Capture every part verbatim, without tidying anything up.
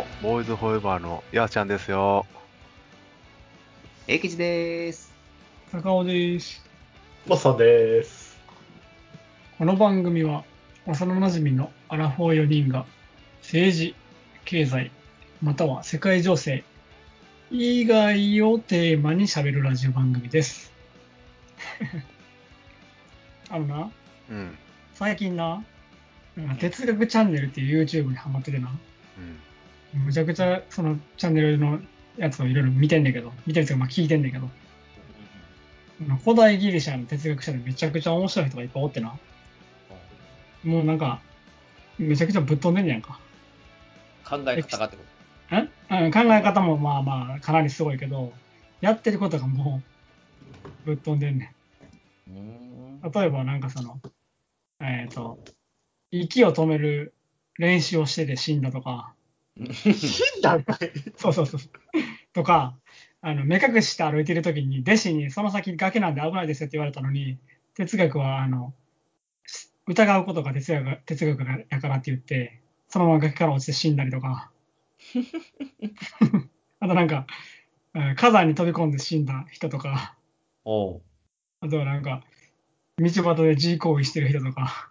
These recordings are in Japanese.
も、ボーイズフォーエバーのやーちゃんですよ。 英吉でーす。 坂尾です。 マッサンです。 この番組は幼馴染のアラフォーよにんが政治、経済、または世界情勢以外をテーマに喋るラジオ番組です。あのな、 うん。 最近な、なんか哲学チャンネルっていう YouTube にハマっててな、 うん。 むちゃくちゃそのチャンネルのやつをいろいろ見てんだけど、見てるというかまあ聞いてんだけど、あの古代ギリシャの哲学者でめちゃくちゃ面白い人がいっぱいおってな、もうなんかめちゃくちゃぶっ飛んでんねやんか。 考え方がってこんうん考え方もまあまあかなりすごいけど、やってることがもうぶっ飛んでんねと。うーん。 ん。例えばなんかその、えっ、と、息を止める練習をしてて死んだとか、 死んだんかい。 そうそうそう。とか、あの目隠して歩いてる時に弟子にその先崖なんで危ないですよって言われたのに、哲学はあの疑うことが哲学哲学やからって言って、そのまま崖から落ちて死んだりとか、あとなんか、うん火山に飛び込んで死んだ人とか、 おう。 あとはなんか、道端で自行為してる人とか、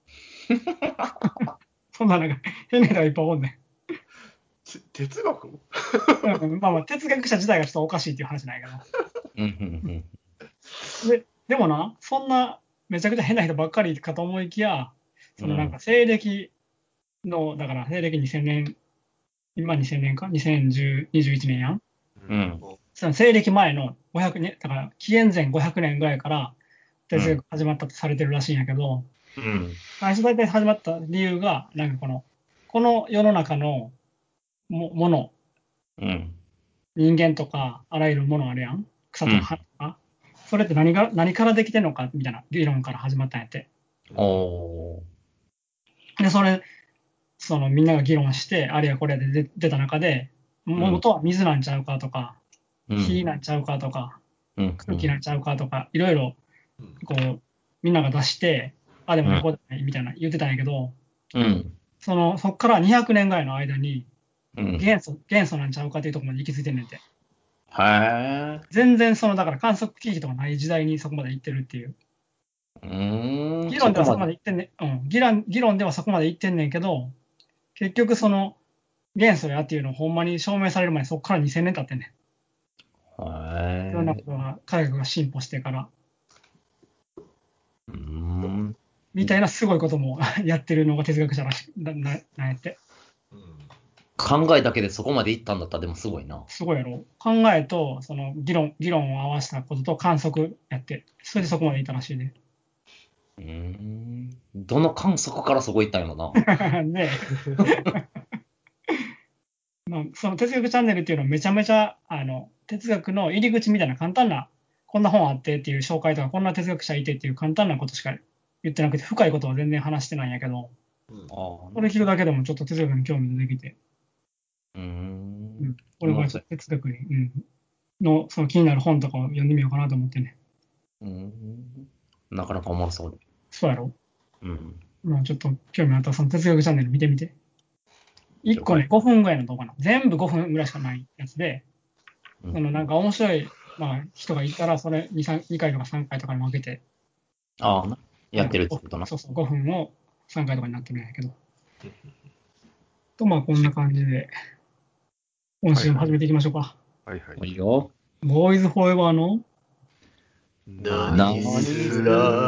そんななんか変な人がいっぱいおんねつ哲学ん。うんまあまあ、哲学者自体がちょっとおかしいっていう話なんやうんうんけど。で、でもな、そんなめちゃくちゃ変な人ばっかりかと思いきや、そのなんか西暦の、だから西暦にせんねん、今にせんねんか ?にせんにじゅういちねんやん。 うんその西暦前のごひゃくねん、だから紀元前ごひゃくねんぐらいから哲学始まったとされてるらしいんやけど、 うん。うん。 最初大体始まった理由が、なんかこの、この世の中のももの、 うん。 人間とか、あらゆるものあるやん。草とか花とか。それって何が何からできてんのかみたいな議論から始まったんやって。 おー。 で、それ、そのみんなが議論して、あれやこれやで出出た中で、元は水なんちゃうかとか、 うん火なんちゃうかとか、 うん空気なんちゃうかとか、いろいろ、こう、みんなが出して、あでもないこうでもないみたいな言ってたんやけど、 うんその、そっからにひゃくねんぐらいの間に、 うん。 元素、元素なんちゃうかっていうところまで行き着いてんねんて。 へ全然その、だから観測機器とかない時代にそこまで行ってるっていう。 ー。うーん。 議論ではそこまで。 で行ってんねん、うん。議論、議論ではそこまで行ってんねんけど、結局その元素やっていうのをほんまに証明される前にそこからにせんねん経ってんねん。いろんなへー。 ことが、科学が進歩してから。 うーん。 みたいなすごいこともやってるのが哲学者らしい、な、な、なんやって。 考えだけでそこまでいったんだったらでもすごいな。 すごいやろ。考えと、その議論、議論を合わせたことと観測やって、それでそこまでいったらしいね。 うーん。どの観測からそこ行ったんやろな。 ねえ。まあ、その哲学チャンネルっていうのはめちゃめちゃ、あの、哲学の入り口みたいな簡単な、こんな本あってっていう紹介とか、こんな哲学者いてっていう簡単なことしか言ってなくて、深いことは全然話してないんやけど、 あこれ聞くだけでもちょっと哲学に興味出てきて、 うーん。 うん、これからちょっと哲学に、うん、の、その気になる本とかを読んでみようかなと思ってね。 うーん。なかなかおもろそうで。 そうやろ。 うん。 まあちょっと興味あったらその哲学チャンネル見てみて。いっこね、ごふんぐらいの動画なの。全部ごふんぐらいしかないやつで、 うんそのなんか面白い、まあ、人がいたら、それ 2, 2回とかさんかいとかに分けて、 ああ、なやってるってことな。 そうそう、ごふんをさんかいとかになってるんやけど。と、まあこんな感じで、今週も始めていきましょうか。 はいはい。 いいよ。 ボーイズフォーエバーの何す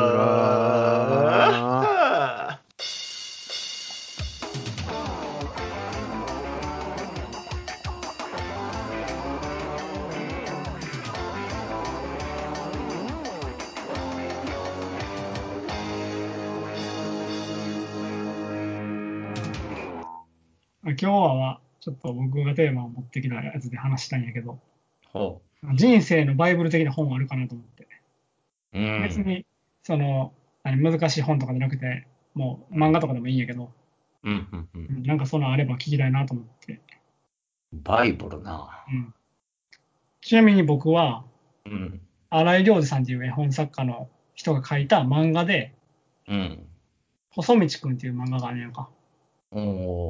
ら今日はちょっと僕がテーマを持ってきたやつで話したいんやけど、 ほ人生のバイブル的な本あるかなと思って。 う。うん。 別に、その、何難しい本とかじゃなくて、もう漫画とかでもいいんやけど、 うんうんう。 うんんなんかそのあれば聞きたいなと思って。 バイブルな。 うん、ちなみに僕は、 うん。 新井良二さんっていう絵本作家の人が書いた漫画で、 うん。 細道くんっていう漫画があるんやんか。 おー。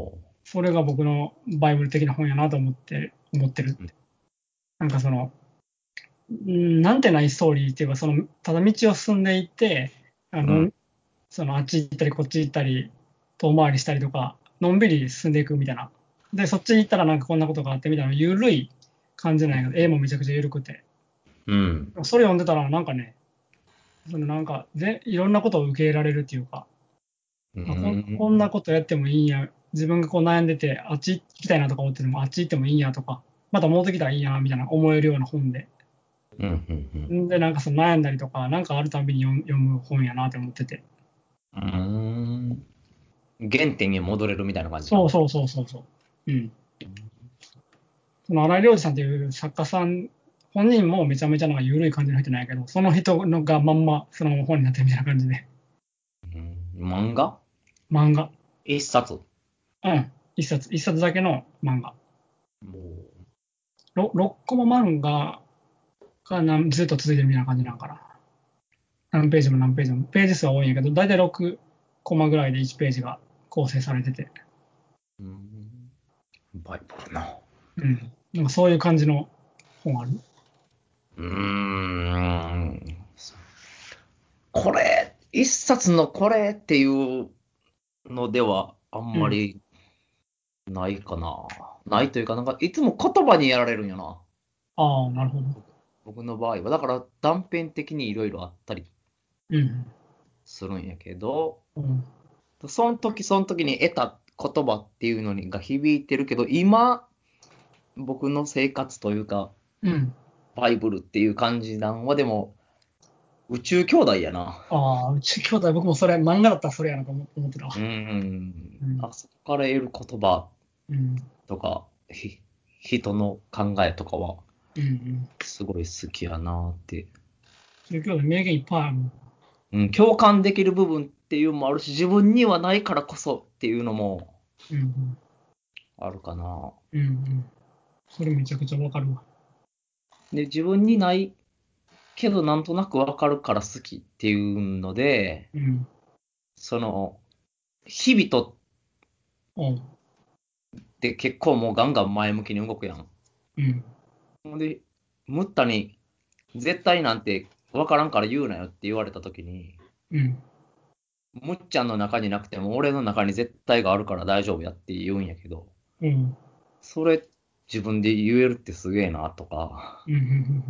それが僕のバイブル的な本やなと思って思ってるって、 うんなんかそのんなんてないストーリーっていうか、そのただ道を進んでいってあの、 うんそのあっち行ったりこっち行ったり遠回りしたりとかのんびり進んでいくみたいな、でそっちに行ったらなんかこんなことがあってみたいなゆるい感じなんやけど、絵もめちゃくちゃ緩くて、 うん。 それ読んでたらなんかね、そのなんかでいろんなことを受け入れられるっていうか、 うあこんんこんなことやってもいいんや、自分がこう悩んでてあっち行きたいなとか思っててもあっち行ってもいいんやとか、また戻ってきたらいいやみたいな思えるような本で、 うんうんでなんかその悩んだりとかなんかあるたびに読読む本やなって思ってて、 うん。うん。原点に戻れるみたいな感じか。 そうそうそうそうそう、うん、その荒井良二さんっていう作家さん本人もめちゃめちゃなんか緩い感じの人なんやけど、その人のがまんまそのまま本になってるみたいな感じで、 うん漫画漫画、 一冊。 うん一冊一冊だけの漫画、 もろろっコマ漫画がなんずっと続いてるみたいな感じなんかな。何ページも何ページも、ページ数は多いんやけど、だいたいろくコマぐらいでいちページが構成されてて、 う、うんバイブルな。 うん。なんかそういう感じの本ある。 うーん。これ、一冊のこれっていうのではあんまりないかな。ないというか、なんかいつも言葉にやられるんよな。 ああ、なるほど。 僕の場合は。だから断片的にいろいろあったりうん。 するんやけど、 うん。 その時その時に得た言葉っていうのにが響いてるけど、今、僕の生活というか、 うん。 バイブルっていう感じなんは、でも、宇宙兄弟やな。 ああ、うち兄弟、僕もそれ、漫画だったらそれやなと思思ってたわう。ん。 うんあそこから得る言葉うん。 とか、ひ人の考えとかは、 うん。うん。 すごい好きやなって。 うち兄弟、名言いっぱいあるもん。 うん、共感できる部分っていうのもあるし、自分にはないからこそっていうのもうん。 あるかな。 うん。うん。それめちゃくちゃわかるわ。 で、自分にないけどなんとなくわかるから好きっていうので、 うん。 その、日々とおう。 って結構もうガンガン前向きに動くやん。 うん。 ほんで、ムッタに絶対なんてわからんから言うなよって言われた時に、 うん。 むっちゃんの中になくても俺の中に絶対があるから大丈夫やって言うんやけど、 うん。 それ自分で言えるってすげえなとか、 うん。うん。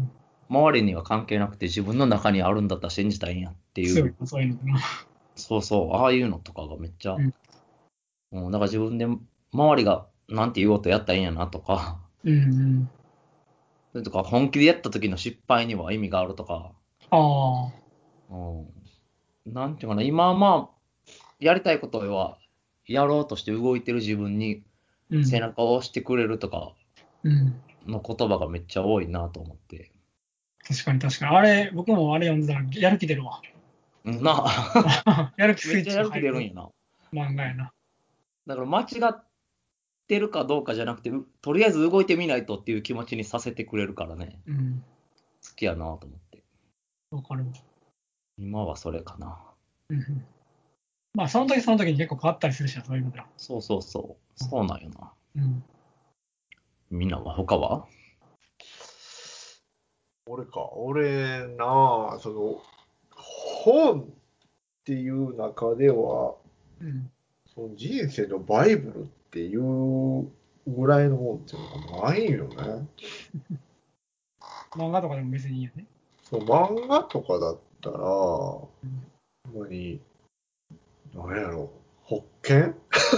周りには関係なくて自分の中にあるんだったら信じたらいいんやっていう、 強いな、そういうのな。 そうそう、ああいうのとかがめっちゃ、 うん。 うん、だから自分で周りがなんて言おうとやったらいいんやなとか、 うん。うん。 それとか本気でやった時の失敗には意味があるとか、 ああ。 うん、なんていうかな、今はまあ、やりたいことはやろうとして動いてる自分にうん。 背中を押してくれるとかうん。 の言葉がめっちゃ多いなと思って。 確かに確かに。あれ、僕もあれ読んでたらやる気出るわ。 うんなあ、 やる気スイッチめっちゃやる気出るん入やな。 漫画やな。 だから間違ってるかどうかじゃなくて、うとりあえず動いてみないとっていう気持ちにさせてくれるからね、 うん。 好きやなと思って。 わかるわ。 今はそれかな。 うんうん。まあ、その時その時に結構変わったりするしな、そういうのが。 そうそうそう。そうなんよな。 うん。 みんなは他は俺か、俺なあ、その、本っていう中では、 うん。 その人生のバイブルっていうぐらいのもんっていうのがないよね。 漫画とかでも別にいいよね。 そう、漫画とかだったら、ほうんんまに、何やろ、保険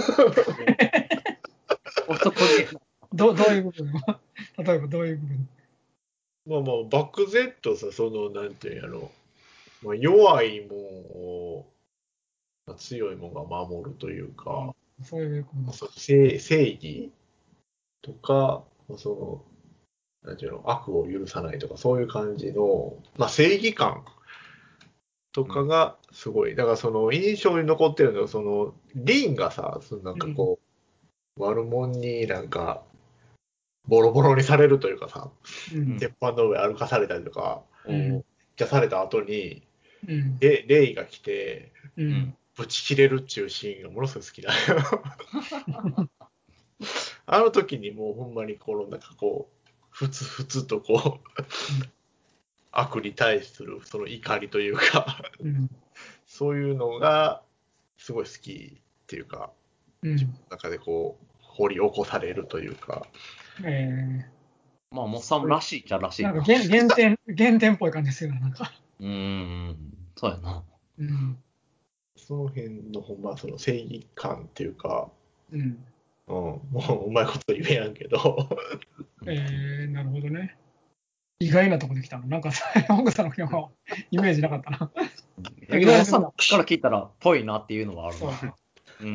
男気どどういう部分例えばどういう部分まあまあ、漠然とさ、その、なんていうんやろ、まあ、弱いもんを、まあ強いもんが守るというか、 そういう部分その正正義とか、まあその、なんていうの、悪を許さないとか、そういう感じの、まあ、正義感とかがすごい。だから、その、印象に残ってるのは、その、リンがさ、そのなんかこう、悪者になんか、ボロボロにされるというかさ、 うん鉄板の上歩かされたりとか、 うんじゃされた後に、 うんで、レイが来て、 うんぶち切れるっていうシーンがものすごい好きだよ。 あの時にもうほんまにこのなんかこう、ふつふつとこう、悪に対するその怒りというか、 うん。 そういうのがすごい好きっていうか、 うん。 中でこう、掘り起こされるというか、 えまあ、モッサンらしいじゃらしー、 いな。 なんか原原点、原点っぽい感じですよね、なんか。 うーん、そうやな。 うん。 その辺のほんまその正義感っていうか、 うん。 うん、もううまいこと言えやんけど、 えー、なるほどね。意外なとこできたの。なんか、奥さんの今日はイメージなかったな。 いやけど、モッサンから聞いたら、ぽいなっていうのはあるそうな。うん。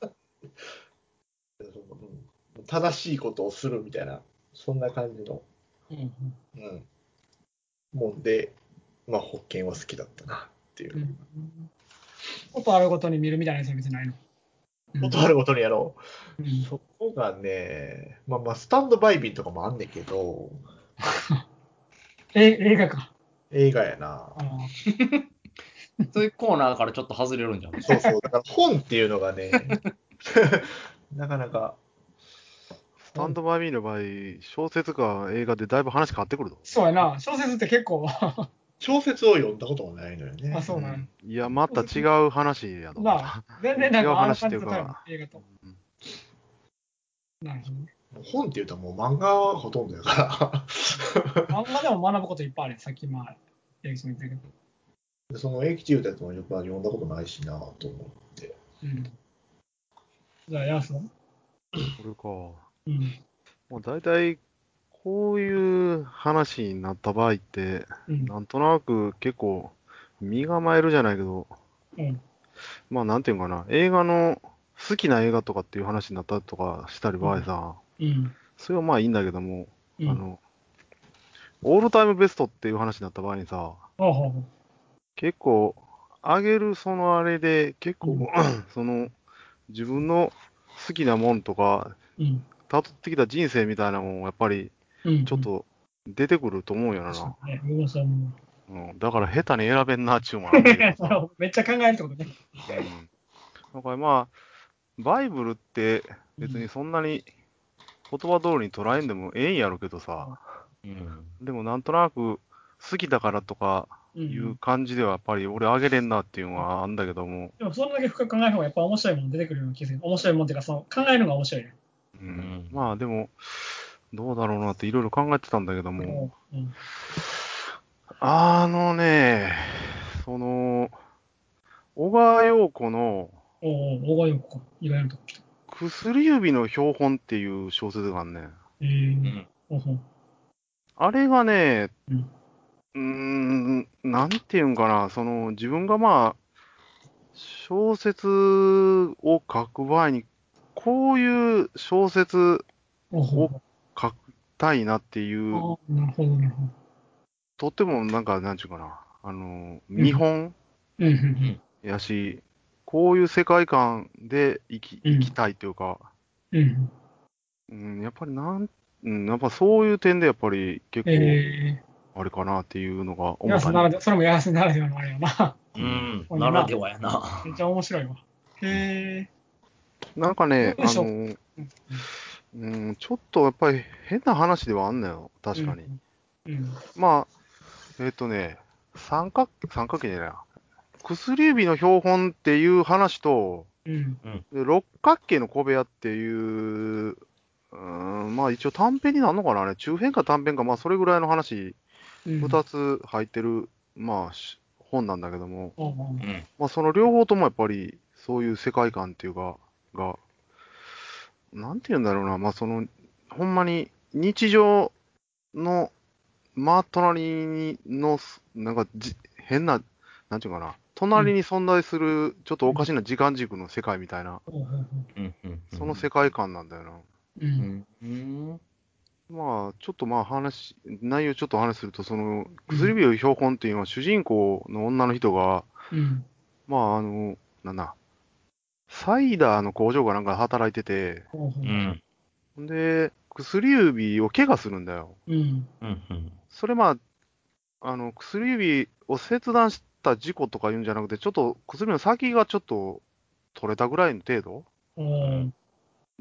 うん、正しいことをするみたいな、そんな感じの、 うん。 うん、もんで、まあ、保険は好きだったなっていうう。 ん。ことあるごとに見るみたいなやつは別にないの。 ことあるごとにやろう。 うん。 そこがね、まあまあ、スタンドバイビーとかもあんねんけど、 え、映画か。 映画やな。 あそういうコーナーからちょっと外れるんじゃん。 そうそう、だから本っていうのがね、なかなか、 スタンドバイミーの場合、小説か映画でだいぶ話変わってくると。 そうやな。小説って結構、 小説を読んだことがないのよね。 あ、そうなんや。 いや、また違う話やと思うなあ、全然なん違うかあの話っていう感じと多分か、 映画と。 うんなるほどね。 本っていうともう漫画はほとんどやか漫画でも学ぶこといっぱいあるよ。さっきまあ、エイジも言ったけど。 ら、その英吉言うたやつもやっぱ読んだことないしなと思って。 うん。じゃあ、ヤスはこれか。 うん。 まあ、大体、こういう話になった場合って、 うん。 なんとなく結構、身構えるじゃないけど、 うん。 まあ、なんていうのかな、映画の、好きな映画とかっていう話になったとかしたり場合さ、 うん。 それはまあいいんだけども、 うん。 あの、オールタイムベストっていう話になった場合にさ、 ほうほうほう。 結構、上げるそのあれで、結構、 うんその、自分の好きなもんとか、 うん。 辿ってきた人生みたいなもん、やっぱり、 うん。 ちょっと出てくると思うよな。 そうね。僕もそう思う。 うん、だから下手に選べんなっちゅうのもあんだけどさ。 めっちゃ考えるってことね。 うん。だからまあ、バイブルって別にそんなに言葉通りに捉えんでもええんやろけどさ、 うん。 でもなんとなく好きだからとかう。 いうん感じではやっぱり俺あげれんなっていうのはあんだけども、 でも、そんだけ深く考える方がやっぱ面白いもの出てくるような気がする。面白いもんっていうか、その考えるのが面白いね。 ううんん、 まあでも、どうだろうなっていろいろ考えてたんだけども、 うん。 あのね、その、小川陽子のおお、大川陽子か。意外なとこ来た。 薬指の標本っていう小説があんねん。 ええー。 うん。 ほうほう。 あれがね、 うん。 うーん、なんていうんかな、その自分がまあ、小説を書く場合に、こういう小説ほうほうほ書きたいなっていう、 う。ああ、なるほど、なるほど。 とってもなんか、なんちゅうかな、あの、見本うん、うん、 やし、こういう世界観で生きうん生きたいというか、 うん。うん。 うん、やっぱりなん、うん、やっぱそういう点でやっぱり結構、 ええあれかなっていうのがー。 思ったね。 ヤスならで、それもヤスならではのあれやな。 うん。 うんならではやな。 めっちゃ面白いわ。へえ。 なんかね、 文章あの、うん、ちょっとやっぱり変な話ではあんのよ、確かに。 うん。 まあ、えっとね、三角、三角形じゃないな。薬指の標本っていう話と、 うん。 で六角形の小部屋っていう、うーん、まあ一応短編になるのかなあれ、中編か短編か、まあそれぐらいの話、 うん。 二つ入ってる、まあし本なんだけども、 ああ。 うん。 まあその両方ともやっぱりそういう世界観っていうか、が、なんて言うんだろうな、まあその、ほんまに日常の、まあ隣にの、なんかじ変な、なんていうかな、隣に存在するちょっとおかしな時間軸の世界みたいな、 ほうほうほう。 うん。うん。 その世界観なんだよな。 う。 うんん。うん。 まあ、ちょっとまあ話、内容ちょっとお話しすると、その、薬指を標本っていうのは主人公の女の人が、 うん。 まああの、なんだ、サイダーの工場かなんかで働いてて、 ほうほう。 うん。 で、薬指を怪我するんだよ。 うん。 うん。 それまあ、あの、薬指を切断した事故とか言うんじゃなくて、ちょっと薬の先がちょっと取れたぐらいの程度おー。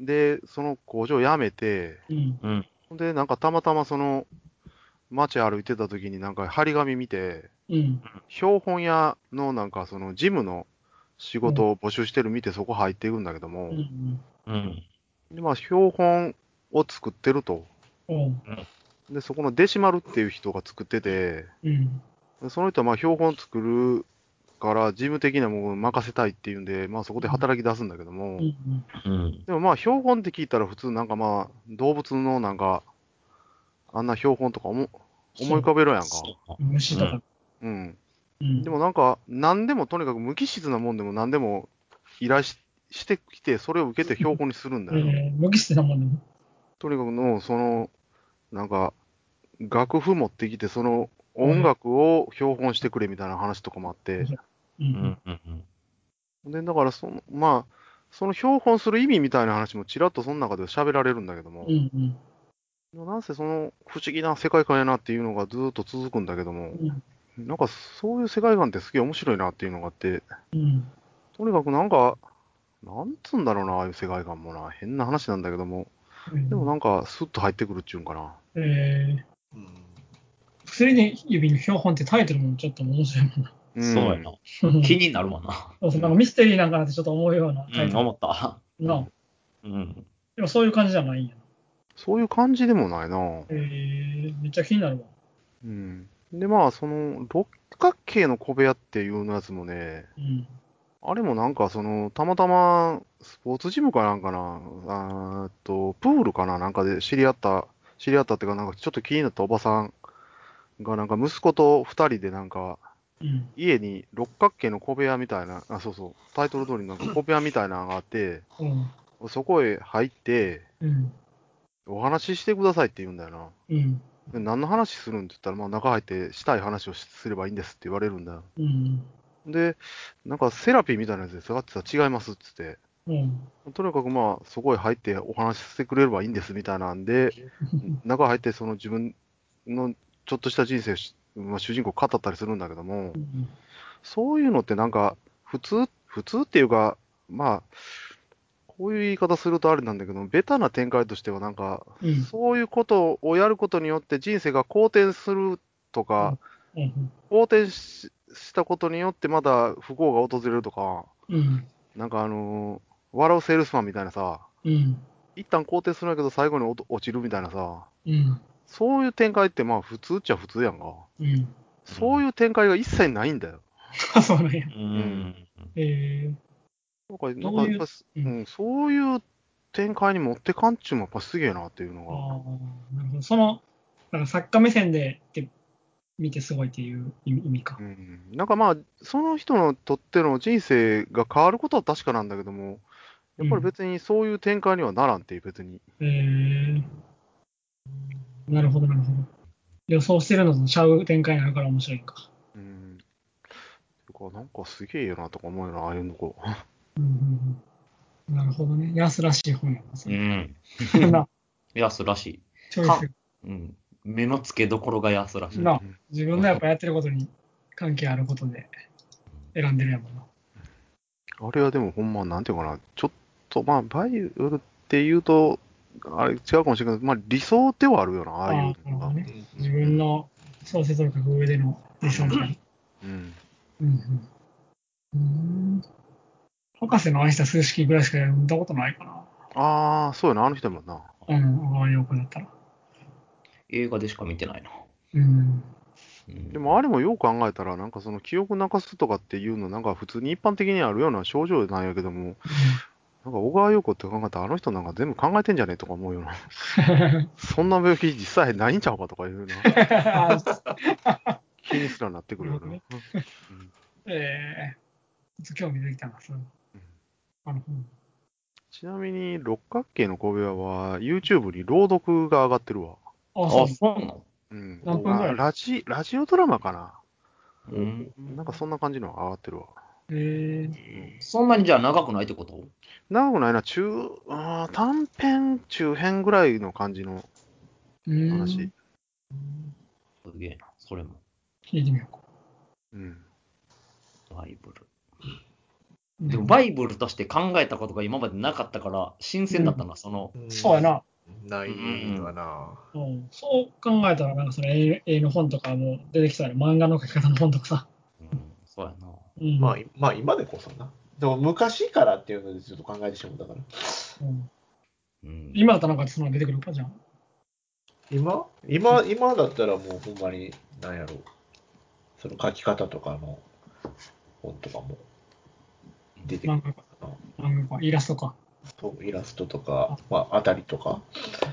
で、その工場辞めて、 うん。 うん。 ほんで、なんかたまたまその、街歩いてた時になんか張り紙見て、 うん。 標本屋のなんかそのジムの仕事を募集してる見てそこ入っていくんだけども、 うん。 うん。 で、まあ標本を作ってると。 うん。 で、そこのデシマルっていう人が作ってて、 うん。 でその人はまあ標本作るから事務的なものを任せたいっていうんで、まあそこで働き出すんだけども、 うん。 うん。 でもまあ標本って聞いたら普通なんかまあ動物のなんか、あんな標本とか思思い浮かべるやんか。 虫とか。 うん。 うん。 でもなんか、何でもとにかく無機質なもんでも何でも依頼ししてきて、それを受けて標本にするんだよ。 えー、無機質なもんでも。 とにかくの、その、なんか、楽譜持ってきて、その音楽を標本してくれみたいな話とかもあって、 う。 うんん。うん。 で、だからその、まあ、その標本する意味みたいな話もちらっとその中で喋られるんだけどもう、ん。 なんせその不思議な世界観やなっていうのがずーっと続くんだけども、 うん。 なんかそういう世界観ってすげえ面白いなっていうのがあって、 うん。 とにかくなんか、なんつうんだろうな、ああいう世界観もな。変な話なんだけども。でもなんか、スッと入ってくるっちゅうんかな。 えー、 うん薬で指の標本ってタイトルもちょっと面白いもんな。 うん、 そうやな。気になるわな。 そうそう、なんかミステリーなんかなってちょっと思うようなうん、 タイトル。 思った。 な、 うん。 でもそういう感じじゃないんやな。 そういう感じでもないな。 えー、めっちゃ気になるわ。 うん。で、まあ、その、六角形の小部屋っていうやつもね、 うん。 あれもなんか、その、たまたま、スポーツジムかなんかな、あーっと、プールかななんかで知り合った、知り合ったっていうか、なんかちょっと気になったおばさんが、なんか息子と二人でなんか、 うん。 家に六角形の小部屋みたいな、あ、そうそう、タイトル通りのなんか小部屋みたいなのがあって、 うん。 そこへ入って、 うん。 お話ししてくださいって言うんだよな。 うん。 で何の話するんって言ったら、まあ中入ってしたい話をしすればいいんですって言われるんだよ。 うん。 で、なんかセラピーみたいなやつで下がってたら違いますっつって、 うん。 とにかくまあそこへ入ってお話ししてくれればいいんですみたいなんで、中入ってその自分のちょっとした人生をし、まあ、主人公語ったりするんだけども、そういうのってなんか普通、普通っていうか、まあ、こういう言い方するとあれなんだけど、ベタな展開としてはなんか、 うんそういうことをやることによって人生が好転するとか、 うん。 好転ししたことによってまだ不幸が訪れるとか、 うん。 なんかあのー笑うセールスマンみたいなさ、 うん。 一旦好転するんだけど最後に落落ちるみたいなさ、 うん。 そういう展開ってまあ普通っちゃ普通やんか。 うん。 そういう展開が一切ないんだよ。 あ、そうなんや。 うん。 えなんか、なんどういうかやっぱ、 うんうん、そういう展開に持ってかんっちゅうのもやっぱすげえなっていうのー、 が。 ああ、なるほど。その、なんか作家目線でって見てすごいっていう意味意味かう。ん、なんかまあ、その人のとっての人生が変わることは確かなんだけども、やっぱり別にそういう展開にはならんっていう、別に。 えー、なるほど、なるほど。予想してるのとちゃう展開になるから面白いんか。 うん。てか、なんかすげえよなとか思うよな、ああいうのこう。 うんうんうん、なるほどね。安らしい本やな、それ。 うん。 な、 安らしい。 チョイス。 うん。目の付けどころが安らしい。 な、自分のやっぱやってることに関係あることで選んでるやもんな。 あれはでもほんま、なんていうかな、ちょっと、まあ、バイオルっていうと、あれ違うかもしれないけど、まあ理想ではあるよな、ああいうああ、 のが。 なるほどね。自分の小説を書く上での理想みたいな。 うん。 うんうんうーん。博士の愛した数式ぐらいしか読んだことないかな。 ああ、そうやな、あの人もな。 うん、ああいう子だったら。 映画でしか見てないな。 うん。 うんでもあれもよう考えたら、なんかその記憶なくすとかっていうの、なんか普通に一般的にあるような症状なんやけども、なんか小川陽子って考えたら、あの人なんか全部考えてんじゃねえとか思うよな。そんな病気実際ないんちゃうかとかいうな。気にすらなってくるよな。 なるええー、ちょっと興味出てきたな、そういうの。なるほど。 ちなみに、六角形の小部屋は、YouTube に朗読が上がってるわ。 あ、 あ、 そう。 そうなのうん。 何分ぐらいあラジ、ラジオドラマかな。 うん。 なんかそんな感じのが上がってるわ。 ええそんなにじゃあ長くないってこと長くないな、中、あー短編、中編ぐらいの感じのー。う話ーん。。 すげえな、それも。 聞いてみようか。 うん。 バイブル。 でもバイブルとして考えたことが今までなかったから新鮮だったな、その。 うんそうやな。 ないわな。 うん、そう考えたら、なんかその絵絵の本とかも出てきそうやな。漫画の描き方の本とかさ。 うん、そうやな。 うん、 まあ、いまあ、今でこそな。でも昔からっていうのでちょっと考えてしまうんだから。 うんうん、 今だったらなんかその出てくるかじゃん。 今今、今だったらもうほんまに、なんやろう。その書き方とかの本とかも出てくる漫画か、 かな。 漫画か、イラストか。 そうイラストとか、まあ、当たりとか。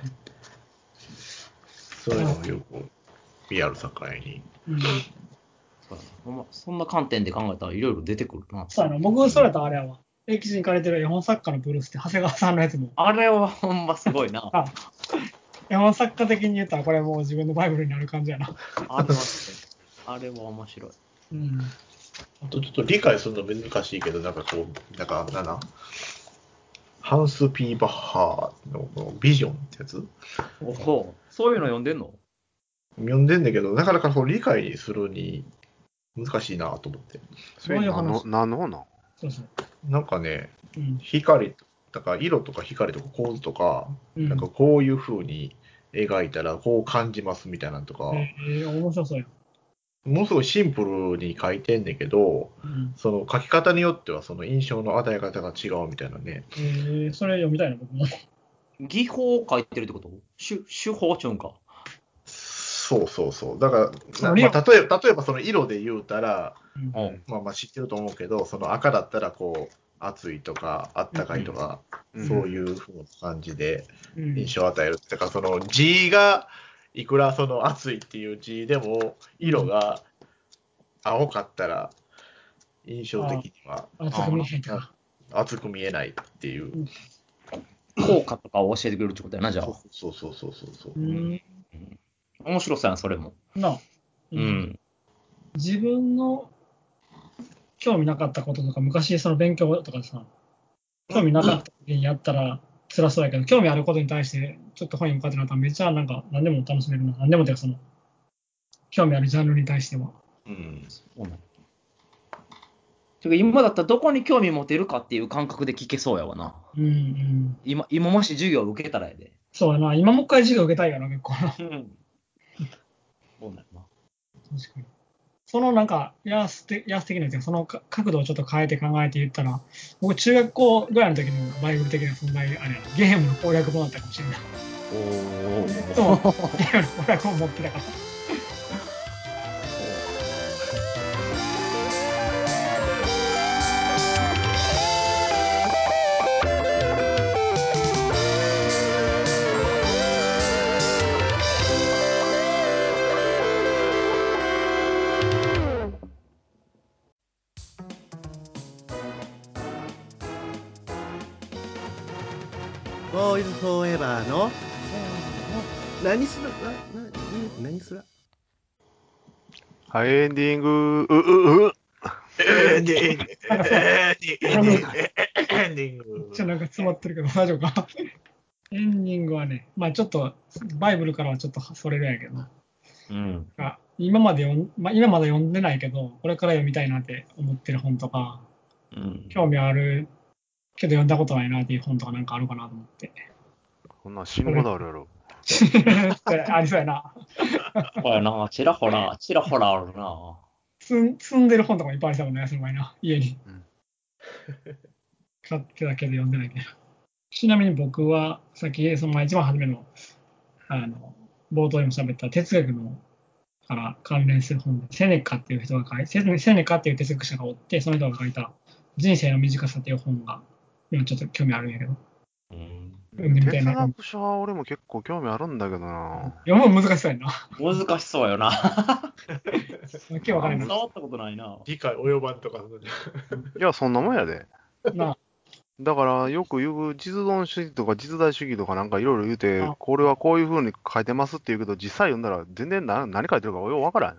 そういうのをよく見ある境に。 うん、 そうやなほんまそんな観点で考えたらいろいろ出てくるな。 そうやな。僕、それやったらあれやわ。英吉に書かれてる絵本作家のブルースって長谷川さんのやつも。 あれはほんますごいな。 あ、絵本作家的に言ったらこれもう自分のバイブルになる感じやな。 あれはあれは面白い。 うん。 あとちょっと理解するの難しいけど、なんかこう、なんか、なんだハンス・ピーバッハーのこのビジョンってやつおほうそういうの読んでんの？ 読んでんだけど、なかなかこう理解するに難しいなと思って。 それ何の何の本なん？ そうそう。 なんかね、 うん。 光とか色とか光とか構図とか、 うん、 なんかこういう風に描いたらこう感じますみたいなのとか、 えー、面白そうや。 ものすごいシンプルに書いてんだけど、 うん、 その書き方によってはその印象の与え方が違うみたいなね。 えー、それ読みたいな、僕も。 技法を書いてるってこと？手手法ちゅうんか。 そうそうそう。だから、 それまあ、例えば、例えばその色で言うたら、 うんうんまあまあ知ってると思うけど、その赤だったらこう、熱いとか、あったかいとか、 うんそういう風な感じでうん、 印象を与える。だからその字が、いくらその熱いっていう字でも、色が青かったら、印象的には熱く見えへんとか。 熱く見えないっていう。 効果とかを教えてくれるってことやな、じゃあ。 そうそうそうそうそう。 うん。 面白そうやな、それも。 なあ、 う。ん。 自分の興味なかったこととか、昔その勉強とかさ、興味なかった時にやったら辛そうやけど、興味あることに対してちょっと本に向かってなったらめっちゃなんか何でも楽しめるな。何でもっていうかその、興味あるジャンルに対しては。 うん。 そうなんやてか今だったらどこに興味持てるかっていう感覚で聞けそうやわな。 うんうん。 今、今もし授業を受けたらやで。 そうやな。今もう一回授業受けたいから結構な。 うん。そうなんやな。 確かに。そのなんか、ヤース的ヤース的なやつやそのか角度をちょっと変えて考えて言ったら、僕中学校ぐらいの時のバイブル的な存在、あれやな、ゲームの攻略本だったかもしれない。 おー。 そう、ゲームの攻略本持ってたから。 ボーイズフォーエバーの何するなな何するはい、エンディング、う、う、う、 エンディング、エンディング、エンディング。 ちょっとなんか詰まってるけど大丈夫か。エンディングはね、まあちょっとバイブルからはちょっとそれるやけど、 うん。 あ今まで読ん、まあ、今まだ読んでないけど、これから読みたいなって思ってる本とか、 うん。 興味あるけど読んだことないなっていう本とかなんかあるかなと思って。 こんなん死ぬほどあるやろ。 ありそうやな。 ほらな、ちらほら、ちらほらあるな。 積ん積んでる本とかもいっぱいありそうもんね、その前な、家に。 うん買ってたけど読んでないけど。ちなみに僕は、さっきその一番初めの、あの、冒頭でも喋った哲学のから関連する本で、セネカっていう人が書いて、セネカっていう哲学者がおって、その人が書いた人生の短さっていう本が、今ちょっと興味あるんやけど、 うん。 読んでみたい哲な。 学書は俺も結構興味あるんだけどな。 読むの難しそうやんな。 難しそうよな。 わけわからんな。 触ったことないな。 理解及ばんとか。 いや、そんなもんやで。 なだからよく言う実存主義とか実在主義とかなんかいろいろ言うてあ、 これはこういうふうに書いてますって言うけど、実際読んだら全然何何書いてるかよくわからん。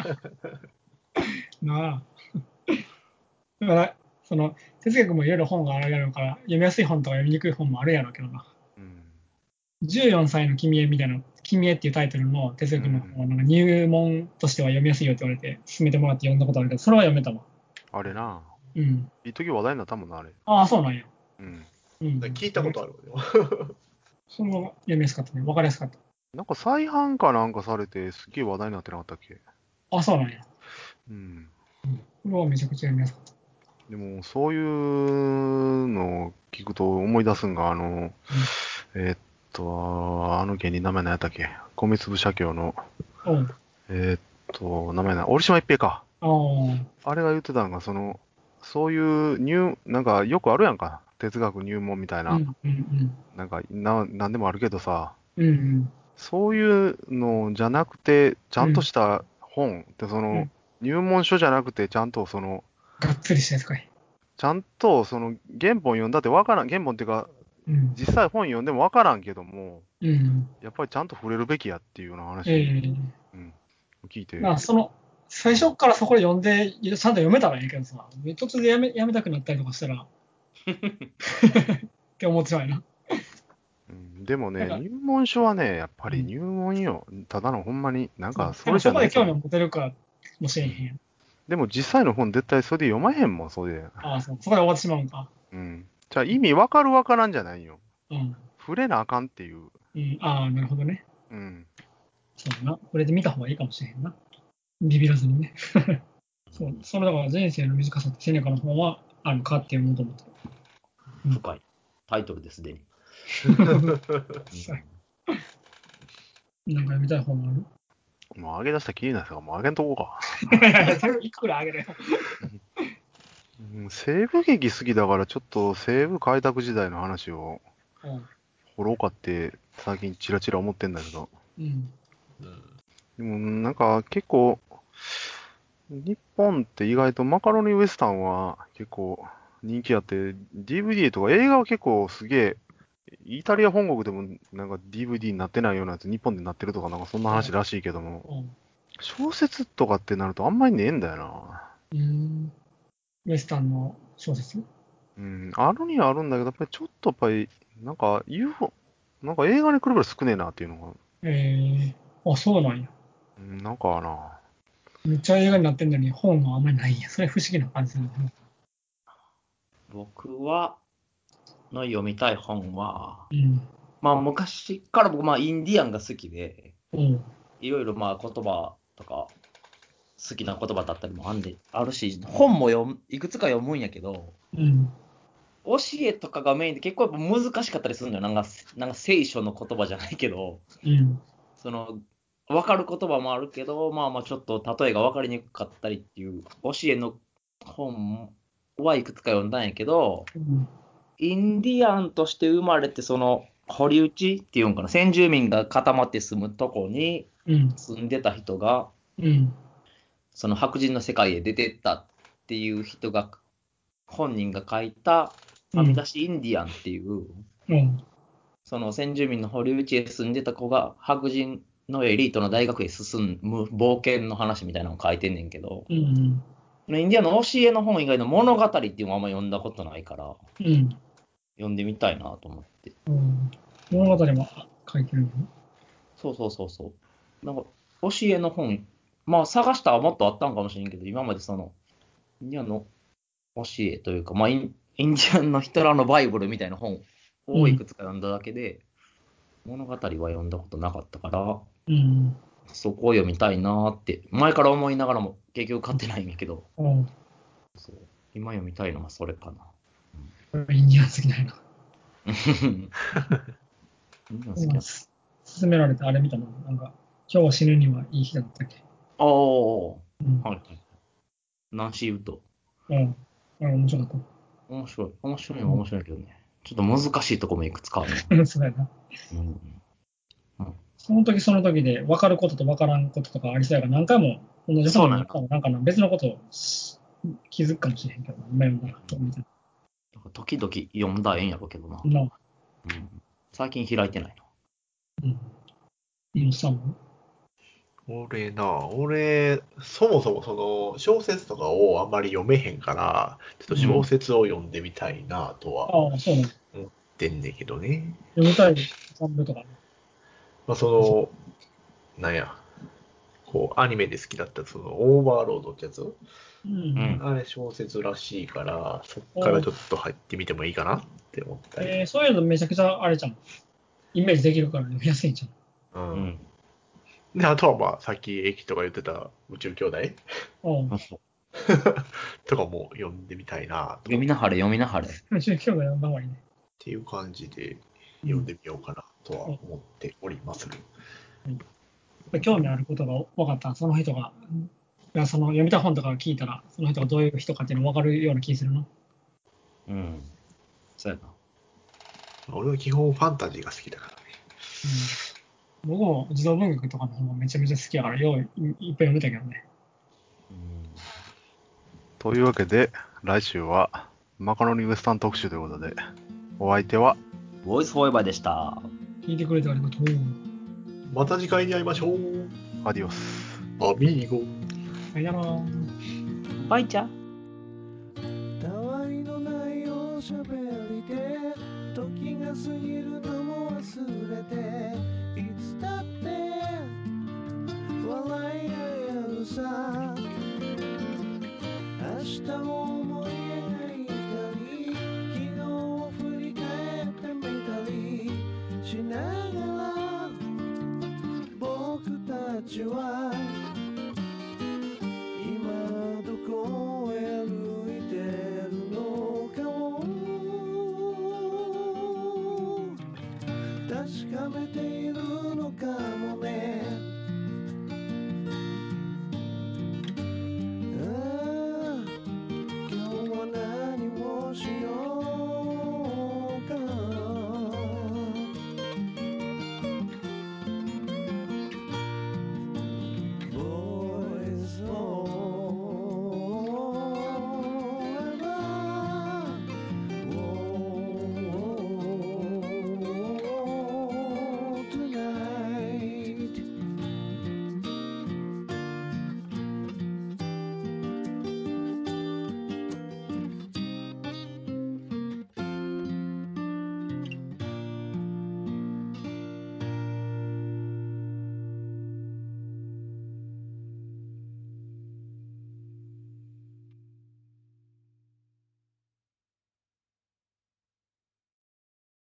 なあ。だから、その、哲学もいろいろ本があるやろうから、読みやすい本とか読みにくい本もあるやろうけどな。 うんじゅうよんさいの君へみたいな、君へっていうタイトルの哲学の本をなんか入門としては読みやすいよって言われて、勧めてもらって読んだことあるけど、それは読めたわ。 あれな。 うん。 一時話題になったもんな、あれ。 ああ、そうなんや。 うん。 うん。 聞いたことあるわ。 その読みやすかったね。わかりやすかった。 なんか再販かなんかされて、すげえ話題になってなかったっけ？ あ、そうなんや。 うん。 これはめちゃくちゃ読みやすかった。 でも、そういうのを聞くと思い出すんが、あの、えーっと、あの芸人名前何やったっけ？米粒社協の、 おう。 えーっと、名前な、折島一平か。 ああ。 あれが言ってたのが、その、そういう入、なんかよくあるやんか。哲学入門みたいな。 うんうんなんかな、なんでもあるけどさ、 うん。うんうん。 そういうのじゃなくて、ちゃんとした本って、その、 うん入門書じゃなくて、ちゃんとその、 がっつりしたやつかい。 ちゃんとその原本読んだってわからん、原本っていうか、 うん。 実際本読んでもわからんけども、 うん。 やっぱりちゃんと触れるべきやっていうような話、 ええうん、聞いて、 まあ、その、最初からそこで読んで、ちゃんと読めたらいいけどさ、途中でやめやめたくなったりとかしたら、って思っちゃうよな。 うん、でもね、 なんか入門書はね、やっぱりうん入門よ。ただのほんまに、なんかそでもそこれじゃないと。 で興味を持てるかもしれへんやん。 でも実際の本絶対それで読まへんもん、それで。 ああ、そう。そこで終わってしまうんか。 うん。じゃあ意味わかるわからんじゃないよ。 うん。 触れなあかんっていう。 うん、ああ、なるほどね。 うん。 そうだな。これで見た方がいいかもしれへんな。ビビらずにね。そう。それだから人生の短さとセネカの本はあるかっていうものと思ってる。 深い。タイトルですでに。 なんか読みたい本あるもう上げ出したらきりないですから、もう上げんとこうか。 いくらあげるよ。 うん、西部劇好きだから、ちょっと西部開拓時代の話をうん。 掘ろうかって、最近チラチラ思ってんだけど。 うん。 うんでも、なんか結構、日本って意外とマカロニウエスタンは結構人気あって、ディーブイディー とか映画は結構すげえ、イタリア本国でもなんか ディーブイディー になってないようなやつ、日本でなってるとかなんかそんな話らしいけども、 うん。 小説とかってなるとあんまりねえんだよな。 うん。ウエスタンの小説うん、あるにはあるんだけど、やっぱりちょっとやっぱり、なんか ユーフォー、なんか映画に比べると少ねえなっていうのが、 ええあ、そうなんや。 うん、なんかな。 めっちゃ映画になってんのに本はあんまりないんや。それ不思議な感じだな。 僕は、の読みたい本は、 うん。 まあ昔から僕、まあインディアンが好きで、 うん。 いろいろまあ言葉とか、好きな言葉だったりもあんであるし、本も読むいくつか読むんやけど、 うん。 教えとかがメインで結構やっぱ難しかったりするのよ。なんか、なんか聖書の言葉じゃないけど、 うん。 その、分かる言葉もあるけど、まあまあちょっと例えが分かりにくかったりっていう、教えの本はいくつか読んだんやけど、 うん。 インディアンとして生まれて、その、堀内っていうんかな、先住民が固まって住むとこにうん。 住んでた人が、 うん。 その白人の世界へ出てったっていう人が、本人が書いた、はみ出しインディアンっていう、 うん。 その先住民の堀内へ住んでた子が白人のエリートの大学へ進む冒険の話みたいなのを書いてんねんけど、 うん。 インディアンの教えの本以外の物語っていうのはあんま読んだことないから、 うん。 読んでみたいなと思って。 うん。物語も書いてるのそうそうそうそう。なんか、教えの本、まあ探したらもっとあったんかもしれんけど、今までその、インディアンの教えというか、まあイン、インディアンの人らのバイブルみたいな本をいくつか読んだだけで、物語は読んだことなかったから、 うん。 そこを読みたいなーって、前から思いながらも結局買ってないんやけど、 うん。 そう今読みたいのはそれかな。 インディアン好きなんやな。 みんな好きやった。 勧められてあれ見たのなんか、今日は死ぬにはいい日だったっけああ、はうん。 いはい。ナンシー・ウッド。 うん。あれ面白かっ面白い。面白いのは面白いけどね。ちょっと難しいとこもいくつかあるね。 た。そうやな。 うんその時その時で分かることと分からんこととかありそうやから何回も同じことになったらなんかな別のことを気づくかもしれへんけど、今読んだらとみたいなんか時々読んだらええんやろうけどな。 な。なうん、最近開いてないな。 うん。インスタも俺な、俺、そもそもその小説とかをあんまり読めへんから、ちょっと小説を読んでみたいなとはああ、そうなの。 思ってんねんけどね。 読みたいジャンルとかね。 まあその、なんや、 こうアニメで好きだったそのオーバーロードってやつ、 うんうんあれ小説らしいからそっからちょっと入ってみてもいいかなって思ったり、 えー、そういうのめちゃくちゃあれじゃん。イメージできるから読みやすいんじゃん。 ううんん。 であとはまあさっき駅とか言ってた宇宙兄弟おう。 あそうとかも読んでみたいなと読みなはれ、読みなはれ。 宗教がばわりね。 っていう感じで読んでみようかなとは思っております。 興味あることが分かったら、その人が、いやその読みた本とか聞いたら、その人がどういう人かっていうの分かるような気するな。 うん。そうやな。 俺は基本ファンタジーが好きだからね。 うん、僕も児童文学とかの本がめちゃめちゃ好きやから、よういいっぱい読めたけどね。 うん。 というわけで、来週はマカロニウエスタン特集ということで、お相手は、 ボイスフォーエバーでした。 聞いてくれてありがとう。 また次回に会いましょう。 アディオス。 アミーゴ。 さよなら。 バイチャたわいのないおしゃべりで時が過ぎるのも忘れていつだって笑い合えるさ明日を思い描いたり昨日を振り返ってみたりしながら僕たちは今どこへ歩いてるのかを確かめて